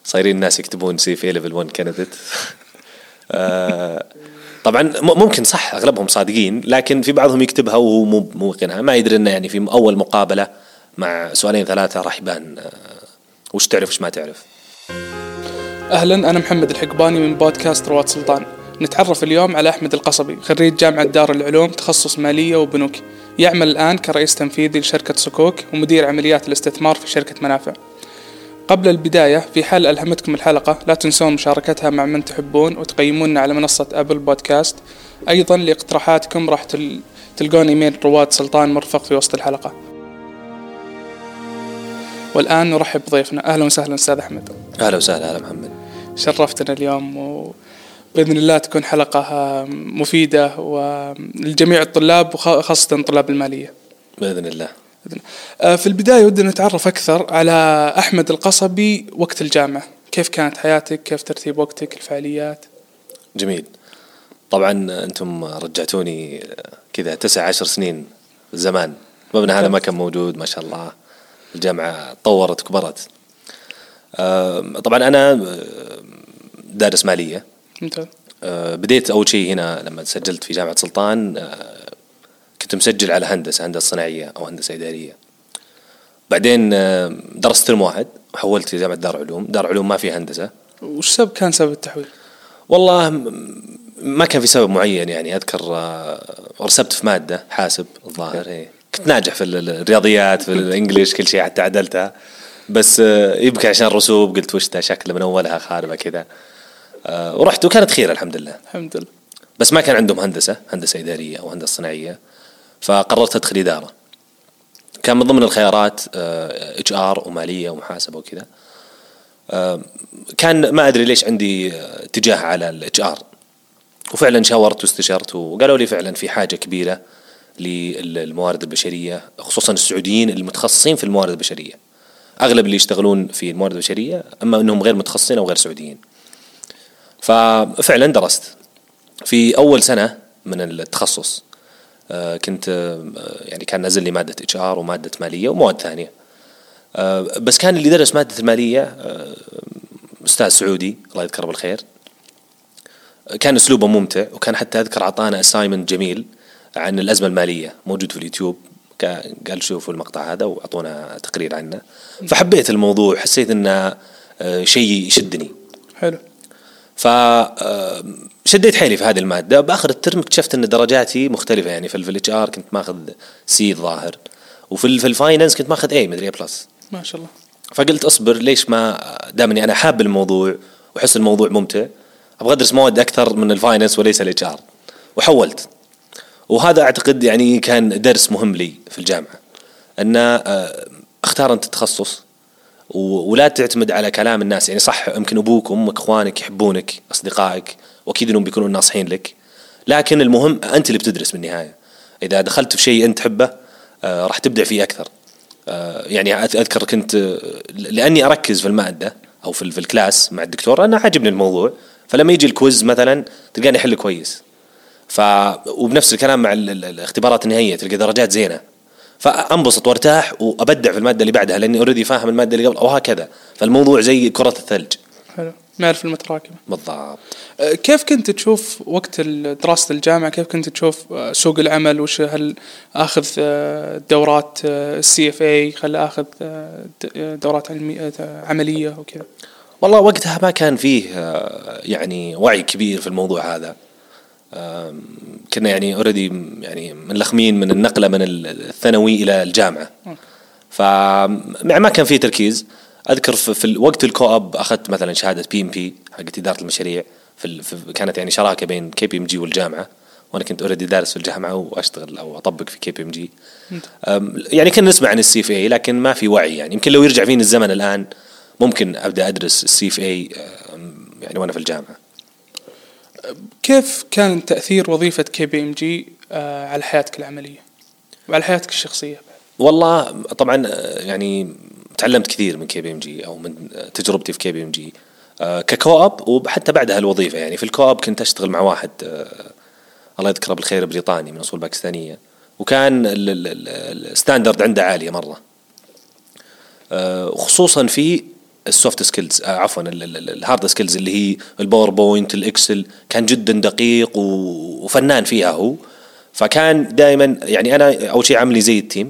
صايرين الناس يكتبون CFA ليفل 1 كنديت. طبعا ممكن صح أغلبهم صادقين، لكن في بعضهم يكتبها وهو مو موقنها، ما يدري إنه يعني في أول مقابلة مع سؤالين ثلاثة راح يبان وش تعرف وش ما تعرف. أهلا، أنا محمد الحقباني من بودكاست رواد سلطان. نتعرف اليوم على أحمد القصبي، خريج جامعة دار العلوم تخصص مالية وبنوك، يعمل الآن كرئيس تنفيذي لشركة صكوك ومدير عمليات الاستثمار في شركة منافع. قبل البداية، في حال ألهمتكم الحلقة لا تنسون مشاركتها مع من تحبون وتقيمونا على منصة أبل بودكاست. أيضا لاقتراحاتكم راح تلقون إيميل رواد سلطان مرفق في وسط الحلقة. والآن نرحب بضيفنا. أهلا وسهلا أستاذ أحمد. أهلا وسهلا. أهلا محمد، شرفتنا اليوم، وبإذن الله تكون حلقة مفيدة ولجميع الطلاب وخاصة طلاب المالية بإذن الله. في البداية ودنا نتعرف أكثر على أحمد القصبي وقت الجامعة. كيف كانت حياتك؟ كيف ترتيب وقتك؟ الفعاليات؟ جميل. طبعا أنتم رجعتوني كذا 19 سنين زمان، مبنى هذا ما كان موجود. ما شاء الله الجامعة طورت وكبرت. طبعا أنا دارس مالية. بديت أول شيء هنا لما سجلت في جامعة سلطان، كنت مسجل على هندسة صناعية أو هندسة إدارية. بعدين درست ترم واحد وحولت في جامعة دار علوم. دار علوم ما فيها هندسة. وش كان سبب التحويل؟ والله ما كان في سبب معين، يعني أذكر رسبت في مادة حاسب الظاهر، كنت ناجح في الرياضيات في الإنجليش كل شيء حتى عدلتها، بس يبكي عشان رسوب. قلت وش ده شكل من أولها خاربة كذا. ورحت وكانت خير الحمد لله. الحمد لله. بس ما كان عندهم هندسة إدارية أو هندسة صناعية، فقررت أدخل إدارة. كان من ضمن الخيارات HR ومالية ومحاسبة وكذا. كان ما أدري ليش عندي اتجاه على HR، وفعلا شاورت واستشرت وقالوا لي فعلا في حاجة كبيرة للموارد البشرية، خصوصا السعوديين المتخصصين في الموارد البشرية. أغلب اللي يشتغلون في الموارد البشرية أما أنهم غير متخصصين أو غير سعوديين. ففعلا درست في أول سنة من التخصص. كنت يعني كان نزل لي مادة HR ومادة مالية ومواد ثانية. بس كان اللي درس مادة المالية أستاذ سعودي الله يذكره بالخير. كان أسلوبه ممتع، وكان حتى أذكر عطانا assignment جميل عن الأزمة المالية موجود في اليوتيوب. قال شوفوا المقطع هذا وأعطونا تقرير عنه. فحبيت الموضوع، حسيت إنه شيء يشدني. حلو. فشديت حيلي في هذه المادة. بآخر الترم اكتشفت إن درجاتي مختلفة، يعني في الاتش كنت ماخذ C ظاهر، وفي الفاينانس كنت ماخذ A مدري A+. ما شاء الله. فقلت أصبر، ليش ما دامني أنا حاب الموضوع وحس الموضوع ممتع، أبغى أدرس مواد أكثر من الفاينانس وليس الاتش وحولت. وهذا أعتقد يعني كان درس مهم لي في الجامعة، أن اختار أنت تخصص ولا تعتمد على كلام الناس. يعني صح يمكن أبوك وأمك إخوانك يحبونك أصدقائك وأكيد أنهم بيكونوا ناصحين لك، لكن المهم أنت اللي بتدرس بالنهاية. إذا دخلت في شيء أنت تحبه راح تبدع فيه أكثر. يعني أذكر كنت لأني أركز في المادة أو في الكلاس مع الدكتور أنا عاجبني الموضوع، فلما يجي الكويز مثلا تلقاني أحل كويس. وبنفس الكلام مع الاختبارات النهائية تلقى درجات زينة، فأنبسط وارتاح وأبدع في المادة اللي بعدها لأني أوريدي فاهم المادة اللي قبل، وهكذا. فالموضوع زي كرة الثلج. حلو. نعرف المتراكمة. بالضبط. كيف كنت تشوف وقت دراسة الجامعة؟ كيف كنت تشوف سوق العمل؟ وش هل أخذ دورات CFA؟ خل أخذ دورات عملية وكذا؟ والله وقتها ما كان فيه يعني وعي كبير في الموضوع هذا. كنا يعني أوريدي يعني منلخمين من النقلة من الثانوي إلى الجامعة، فما كان فيه تركيز. أذكر في وقت الكواب أخذت مثلا شهادة PMP حقت إدارة المشاريع. كانت يعني شراكة بين KPMG والجامعة، وأنا كنت أوريدي دارس في الجامعة وأشتغل أو أطبق في KPMG. يعني كنا نسمع عن CFA لكن ما في وعي. يعني يمكن لو يرجع فيني الزمن الآن ممكن أبدأ أدرس CFA يعني وأنا في الجامعة. كيف كان تأثير وظيفة KPMG على حياتك العملية وعلى حياتك الشخصية؟ والله طبعا يعني تعلمت كثير من KPMG أو من تجربتي في KPMG ككواب، وحتى بعدها الوظيفة. يعني في الكواب كنت أشتغل مع واحد الله يذكره بالخير بريطاني من أصول باكستانية، وكان الستاندرد عنده عالية مرة، وخصوصا في السوفت سكيلز، عفوا الهارد سكيلز اللي هي الباوربوينت الإكسل، كان جدا دقيق وفنان فيها هو. فكان دائما يعني أنا أول شيء عملي زي التيم.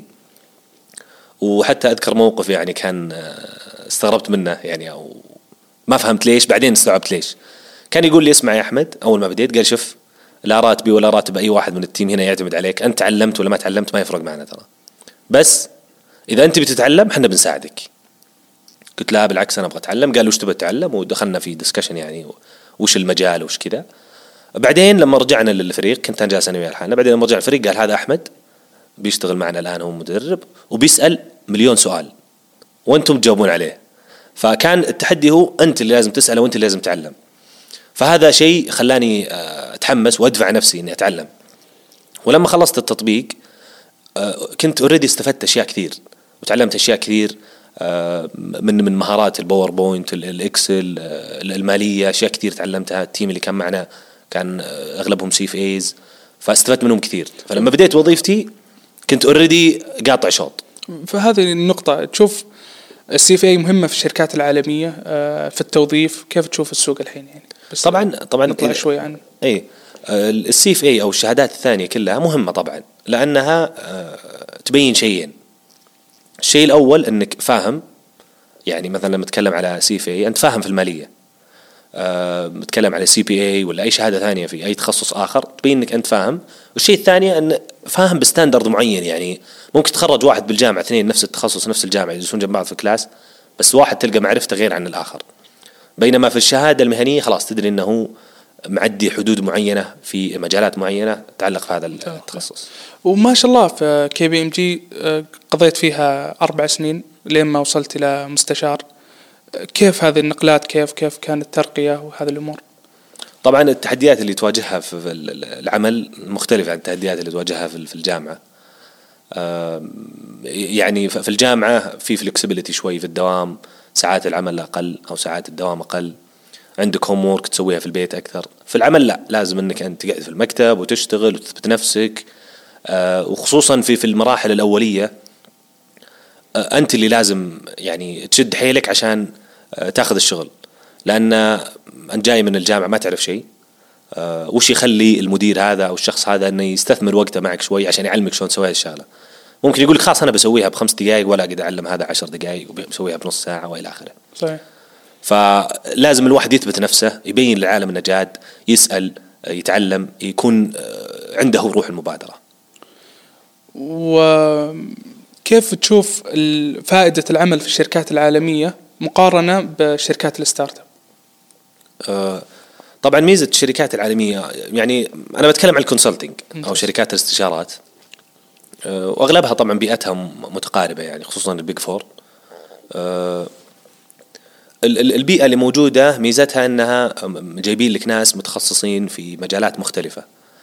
وحتى أذكر موقف يعني كان استغربت منه يعني، أو ما فهمت ليش، بعدين استوعبت ليش. كان يقول لي اسمع يا أحمد، أول ما بديت قال شوف، لا راتبي ولا راتب أي واحد من التيم هنا يعتمد عليك، أنت تعلمت ولا ما تعلمت ما يفرق معنا ترى، بس إذا أنت بتتعلم حنا بنساعدك. قلت لا بالعكس أنا أبغى أتعلم. قال وش تبغى تتعلم؟ ودخلنا في ديسكشن يعني وش المجال وش كذا. بعدين لما رجعنا للفريق، كنت أنا جالس أنا وياه الحالة، بعدين لما رجع الفريق قال هذا أحمد بيشتغل معنا الآن، هو مدرب وبيسأل مليون سؤال وأنتم تجاوبون عليه. فكان التحدي هو أنت اللي لازم تسأله وأنت اللي لازم تتعلم. فهذا شيء خلاني أتحمس وأدفع نفسي إني أتعلم. ولما خلصت التطبيق كنت أوريدي استفدت أشياء كثير وتعلمت أشياء كثير من مهارات الباوربوينت الإكسل المالية، أشياء كثير تعلمتها. التيم اللي كان معنا كان أغلبهم CFAs، فاستفدت منهم كثير. فلما بديت وظيفتي كنت أوريدي قاطع شوط. فهذه النقطة تشوف CFA مهمة في الشركات العالمية في التوظيف، كيف تشوف السوق الحين يعني؟ بس طبعا نطلع شوي عنه. اي CFA او الشهادات الثانية كلها مهمة طبعا، لانها تبين شيئين. الشيء الاول انك فاهم، يعني مثلا لما تتكلم على CFA انت فاهم في المالية، تتكلم على CPA ولا اي شهادة ثانية في اي تخصص اخر تبين انك انت فاهم. والشيء الثاني ان فاهم بستاندرد معين، يعني ممكن تخرج واحد بالجامعة اثنين نفس التخصص نفس الجامعة يجلسون جنب بعض في كلاس، بس واحد تلقى معرفته غير عن الآخر. بينما في الشهادة المهنية خلاص تدري أنه معدي حدود معينة في مجالات معينة تتعلق في هذا التخصص. وما شاء الله في KPMG قضيت فيها 4 سنين لين ما وصلت إلى مستشار. كيف هذه النقلات، كيف كانت الترقية وهذه الأمور؟ طبعا التحديات اللي تواجهها في العمل مختلفة عن التحديات اللي تواجهها في الجامعة. يعني في الجامعة في فلكسبيليتي شوي في الدوام، ساعات العمل أقل أو ساعات الدوام أقل، عندك هومورك تسويها في البيت أكثر. في العمل لا، لازم أنك أنت تقعد في المكتب وتشتغل وتثبت نفسك، وخصوصا في المراحل الأولية أنت اللي لازم يعني تشد حيلك عشان تأخذ الشغل، لأن أنت جاي من الجامعة ما تعرف شيء. وش يخلي المدير هذا أو الشخص هذا أنه يستثمر وقته معك شوي عشان يعلمك شلون تسوي هذه الشغلة؟ ممكن يقولك خلاص أنا بسويها ب5 دقائق ولا قد أعلم هذا 10 دقائق وبسويها بنص ساعة وإلى آخره. صحيح. فلازم الواحد يثبت نفسه، يبين للعالم أنه جاد، يسأل، يتعلم، يكون عنده روح المبادرة. وكيف تشوف فائدة العمل في الشركات العالمية مقارنة بشركات الستارت اب؟ طبعا ميزة الشركات العالمية، يعني أنا بتكلم عن الكونسلتينج أو شركات الاستشارات، وأغلبها طبعا بيئتها متقاربة، يعني خصوصا البيج فور. البيئة اللي موجودة ميزتها أنها جايبين لك ناس متخصصين في مجالات مختلفة،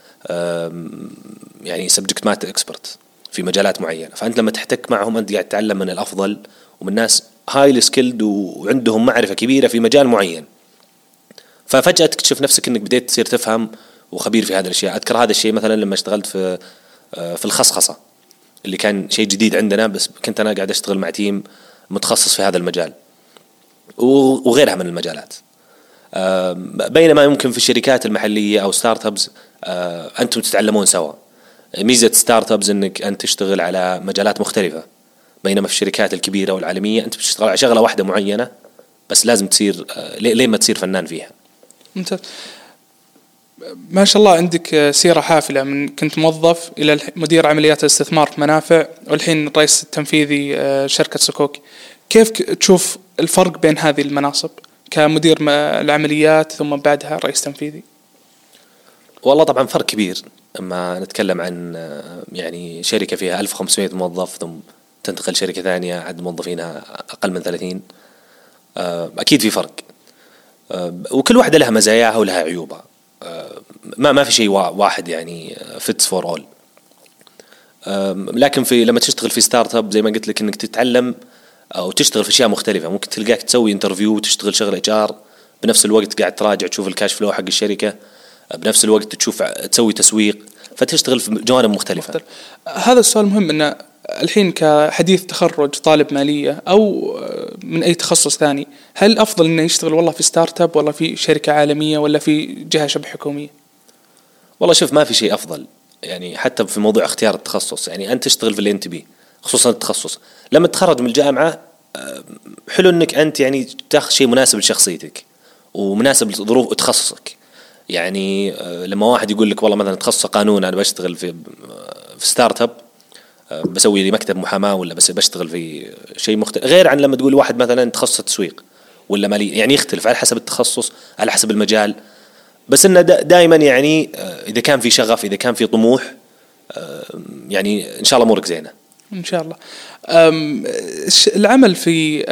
يعني subject matter expert في مجالات معينة. فأنت لما تحتك معهم أنت قاعد تتعلم من الأفضل ومن ناس highly skilled وعندهم معرفة كبيرة في مجال معين. ففجأة تكتشف نفسك أنك بديت تصير تفهم وخبير في هذه الأشياء. أذكر هذا الشيء مثلا لما اشتغلت في الخصخصة، اللي كان شيء جديد عندنا، بس كنت أنا قاعد أشتغل مع تيم متخصص في هذا المجال وغيرها من المجالات. بينما يمكن في الشركات المحلية أو ستارت أبز أنتم تتعلمون سوا. ميزة ستارت أبز أنك أنت تشتغل على مجالات مختلفة، بينما في الشركات الكبيرة والعالمية أنت بتشتغل على شغلة واحدة معينة بس لازم تصير ليه ما تصير فنان فيها. أنت ما شاء الله عندك سيرة حافلة، من كنت موظف إلى مدير عمليات الاستثمار في منافع، والحين رئيس التنفيذي شركة سكوك. كيف تشوف الفرق بين هذه المناصب كمدير العمليات ثم بعدها رئيس تنفيذي؟ والله طبعا فرق كبير. أما نتكلم عن يعني شركة فيها 1500 موظف ثم تنتقل شركة ثانية عدد موظفينها أقل من 30، أكيد في فرق، وكل واحدة لها مزاياها ولها عيوبها. ما في شيء واحد يعني fits for all. لكن لما تشتغل في ستارت اب زي ما قلت لك انك تتعلم او تشتغل في اشياء مختلفة. ممكن تلقاك تسوي انترفيو وتشتغل شغل HR، بنفس الوقت قاعد تراجع تشوف الكاش فلو حق الشركة، بنفس الوقت تسوي تسويق، فتشتغل في جوانب مختلفة. هذا السؤال مهم، ان الحين كحديث تخرج طالب مالية أو من أي تخصص ثاني، هل أفضل إنه يشتغل والله في ستارت اب ولا في شركة عالمية ولا في جهة شبه حكومية؟ والله شوف، ما في شيء أفضل يعني، حتى في موضوع اختيار التخصص. يعني أنت تشتغل في اللي أنت بيه، خصوصا التخصص. لما تتخرج من الجامعة حلو إنك أنت يعني تاخذ شيء مناسب لشخصيتك ومناسب لظروف تخصصك. يعني لما واحد يقول لك والله مثلا تخصص قانون، أنا بشتغل في ستارت اب، بسوي لي مكتب محاماة، ولا بس بشتغل في شيء مختلف، غير عن لما تقول واحد مثلا تخصص تسويق ولا مالية. يعني يختلف على حسب التخصص، على حسب المجال. بس إنه دائما يعني إذا كان في شغف، إذا كان في طموح، يعني إن شاء الله أمورك زينة إن شاء الله. العمل في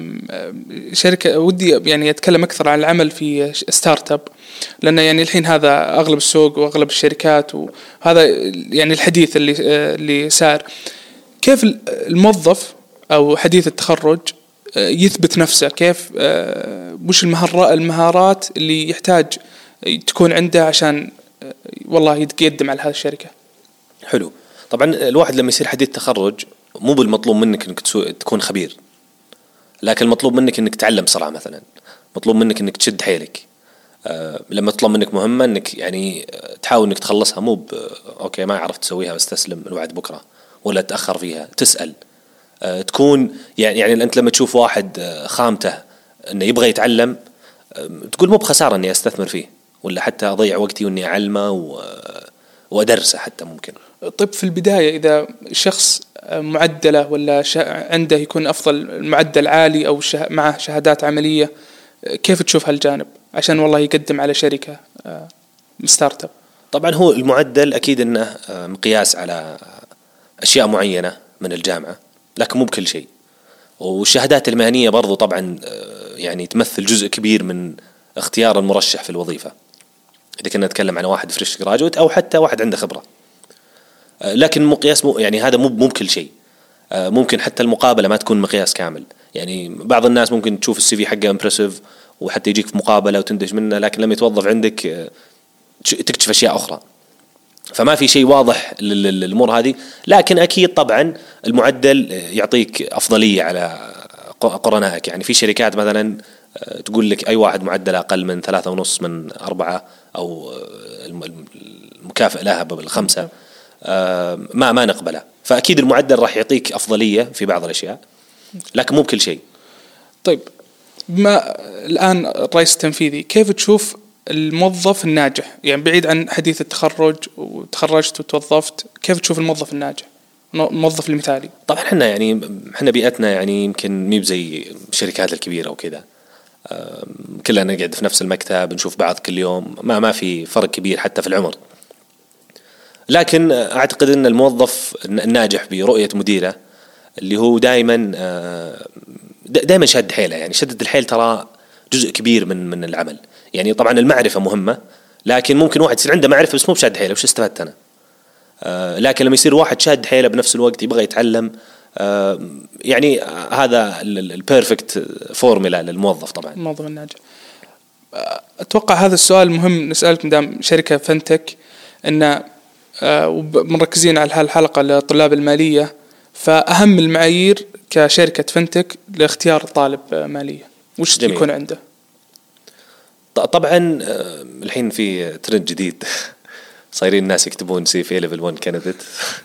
شركة، ودي يعني أتكلم أكثر عن العمل في ستارت اب، لأن يعني الحين هذا أغلب السوق وأغلب الشركات، وهذا يعني الحديث اللي سار. كيف الموظف أو حديث التخرج يثبت نفسه؟ كيف وش المهارات اللي يحتاج تكون عنده عشان والله يقدم على هذه الشركة؟ حلو. طبعا الواحد لما يصير حديث تخرج مو بالمطلوب منك انك تكون خبير، لكن المطلوب منك انك تتعلم بسرعة. مثلا مطلوب منك انك تشد حيلك. لما تطلب منك مهمة انك يعني تحاول انك تخلصها، مو اوكي ما عرفت تسويها واستسلم الوعد بكرة، ولا تأخر فيها. تسأل، تكون يعني انت لما تشوف واحد خامته انه يبغى يتعلم، تقول مو بخسارة اني استثمر فيه، ولا حتى اضيع وقتي واني اعلمه وادرسه حتى ممكن. طيب في البداية إذا شخص معدله ولا عنده يكون أفضل المعدل عالي أو معه شهادات عملية، كيف تشوف هالجانب عشان والله يقدم على شركة ستارت اب؟ طبعا هو المعدل أكيد أنه مقياس على أشياء معينة من الجامعة، لكن مو بكل شيء. والشهادات المهنية برضو طبعا يعني تمثل جزء كبير من اختيار المرشح في الوظيفة، إذا كنا نتكلم عن واحد فريش جراجويت أو حتى واحد عنده خبرة. لكن مقياس يعني هذا مو بكل شيء. ممكن حتى المقابلة ما تكون مقياس كامل. يعني بعض الناس ممكن تشوف السي في حقه امبرسيف وحتى يجيك في مقابلة وتندهش منه، لكن لما يتوظف عندك تكتشف أشياء أخرى. فما في شيء واضح للأمور هذه. لكن أكيد طبعا المعدل يعطيك أفضلية على قرنائك. يعني في شركات مثلا تقول لك أي واحد معدل أقل من 3.5 من 4 أو المكافئ لها بال5 ما نقبله. فأكيد المعدل راح يعطيك أفضلية في بعض الأشياء، لكن مو بكل شيء. طيب بما الآن الرئيس التنفيذي، كيف تشوف الموظف الناجح؟ يعني بعيد عن حديث التخرج وتخرجت وتوظفت، كيف تشوف الموظف الناجح، الموظف المثالي؟ طبعا احنا بيئتنا يعني يمكن ميب زي الشركات الكبيرة وكذا. كلنا نقعد في نفس المكتب، نشوف بعض كل يوم، ما في فرق كبير حتى في العمر. لكن أعتقد أن الموظف الناجح برؤية مديره اللي هو دائما شاد حيله. يعني شدة الحيل ترى جزء كبير من العمل. يعني طبعا المعرفة مهمة، لكن ممكن واحد يصير عنده معرفة بس مو بشاد حيله، وش استفدت أنا؟ لكن لما يصير واحد شاد حيله بنفس الوقت يبغى يتعلم، يعني هذا البيرفكت فورمولا للموظف. طبعا الموظف الناجح. أتوقع هذا السؤال مهم نسألك مدام شركة فنتك، إن ومركزين على هالحلقة لطلاب المالية، فأهم المعايير كشركة فنتك لاختيار طالب مالية وش يكون عنده؟ طبعا الحين في ترند جديد صايرين الناس يكتبون سي في ليفل 1 كانديديت.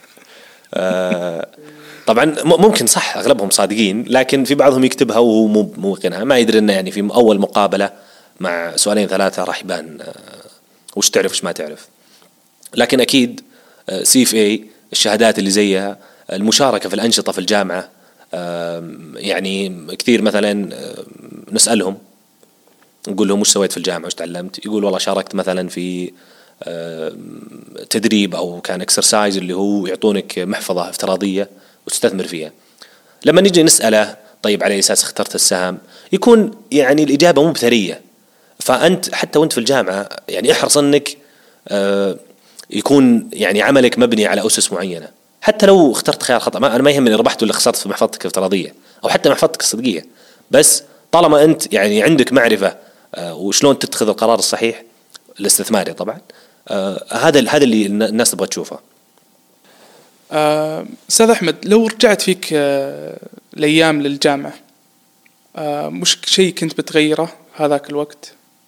طبعا ممكن صح أغلبهم صادقين، لكن في بعضهم يكتبها وهو مو موقنها، ما يدري إنه يعني في أول مقابلة مع 2-3 راح يبان وش تعرف وش ما تعرف. لكن أكيد CFA، الشهادات اللي زيها، المشاركة في الأنشطة في الجامعة. يعني كثير مثلا نسألهم نقول لهم وش سويت في الجامعة وش تعلمت، يقول والله شاركت مثلا في تدريب أو كان اكسرسايز اللي هو يعطونك محفظة افتراضية وتستثمر فيها. لما نيجي نسأله طيب على أساس اخترت السهم، يكون يعني الإجابة مو بثرية. فأنت حتى وانت في الجامعة يعني احرص أنك يكون يعني عملك مبني على أسس معينة. حتى لو اخترت خيار خطأ، أنا ما يهمني ربحت ولا خسرت في محفظتك الافتراضية أو حتى محفظتك الصدقية، بس طالما أنت يعني عندك معرفة وشلون تتخذ القرار الصحيح الاستثماري. طبعا هذا اللي الناس تبغى تشوفه. أستاذ أحمد، لو رجعت فيك الأيام للجامعة، مش شيء كنت بتغيره هذاك الوقت؟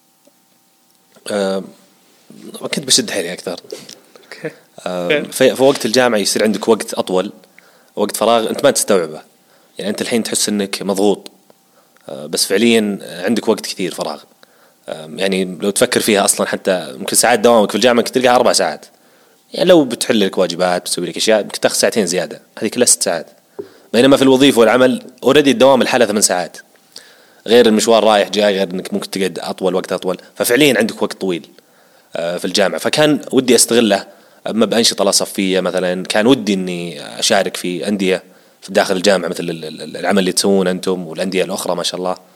كنت بشد حيلي أكثر. في وقت الجامعة يصير عندك وقت أطول، وقت فراغ أنت ما تستوعبه. يعني أنت الحين تحس أنك مضغوط، بس فعليا عندك وقت كثير فراغ. يعني لو تفكر فيها أصلا، حتى ممكن ساعات دوامك في الجامعة كنت تلقاها 4 ساعات. يعني لو بتحل لك واجبات، بتسوي لك أشياء، ممكن تاخذ 2 ساعة زيادة، هذه كلها 6 ساعات. بينما في الوظيفة والعمل أوريدي الدوام الحالة 8 ساعات، غير المشوار رايح جاي، غير أنك ممكن تقعد أطول وقت أطول. ففعليا عندك وقت طويل في الجامعة. فكان ودي أستغله، أما بأنشطة لا صفية مثلا. كان ودي أني أشارك في أندية في داخل الجامعة، مثل العمل اللي تسوون أنتم والأندية الأخرى ما شاء الله.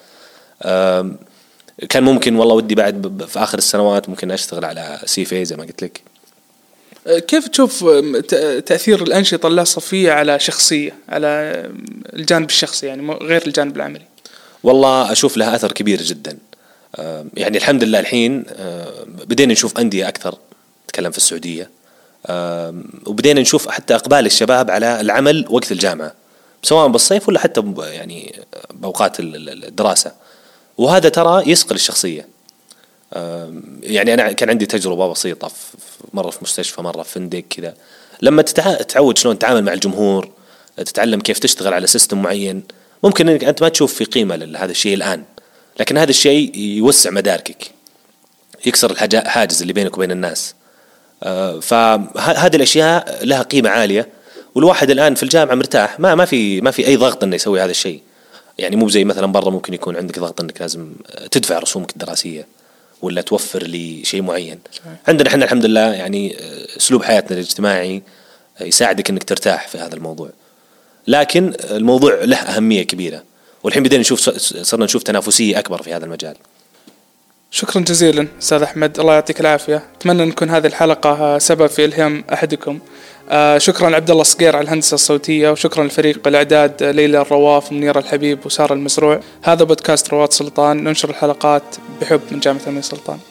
كان ممكن والله ودي بعد في آخر السنوات ممكن أشتغل على CFA زي ما قلت لك. كيف تشوف تأثير الأنشطة اللا صفية على شخصية، على الجانب الشخصي يعني غير الجانب العملي؟ والله أشوف لها أثر كبير جدا. يعني الحمد لله الحين بدينا نشوف أندية أكثر تتكلم في السعودية، وبدينا نشوف حتى إقبال الشباب على العمل وقت الجامعة، سواء بالصيف ولا حتى يعني بأوقات الدراسة. وهذا ترى يسقل الشخصية. يعني أنا كان عندي تجربة بسيطة، مرة في مستشفى، مرة في فندق كذا. لما تتعود شلون تتعامل مع الجمهور، تتعلم كيف تشتغل على سيستم معين، ممكن إنك أنت ما تشوف في قيمة لهذا الشيء الآن، لكن هذا الشيء يوسع مداركك، يكسر الحاجز اللي بينك وبين الناس. فهذه الأشياء لها قيمة عالية. والواحد الآن في الجامعة مرتاح، ما في أي ضغط إنه يسوي هذا الشيء. يعني مو زي مثلا برا ممكن يكون عندك ضغط إنك لازم تدفع رسومك الدراسية ولا توفر لي شيء معين. عندنا إحنا الحمد لله يعني أسلوب حياتنا الاجتماعي يساعدك إنك ترتاح في هذا الموضوع. لكن الموضوع له أهمية كبيرة، والحين بدينا صرنا نشوف تنافسية أكبر في هذا المجال. شكرا جزيلا أستاذ أحمد، الله يعطيك العافية. أتمنى أن نكون هذه الحلقة سبب في إلهام أحدكم. شكرا عبد الله الصقير على الهندسة الصوتية، وشكرا لفريق الإعداد ليلى الرواف ومنيرة الحبيب وسارة المزروع. هذا بودكاست رواد سلطان، ننشر الحلقات بحب من جامعة أمير سلطان.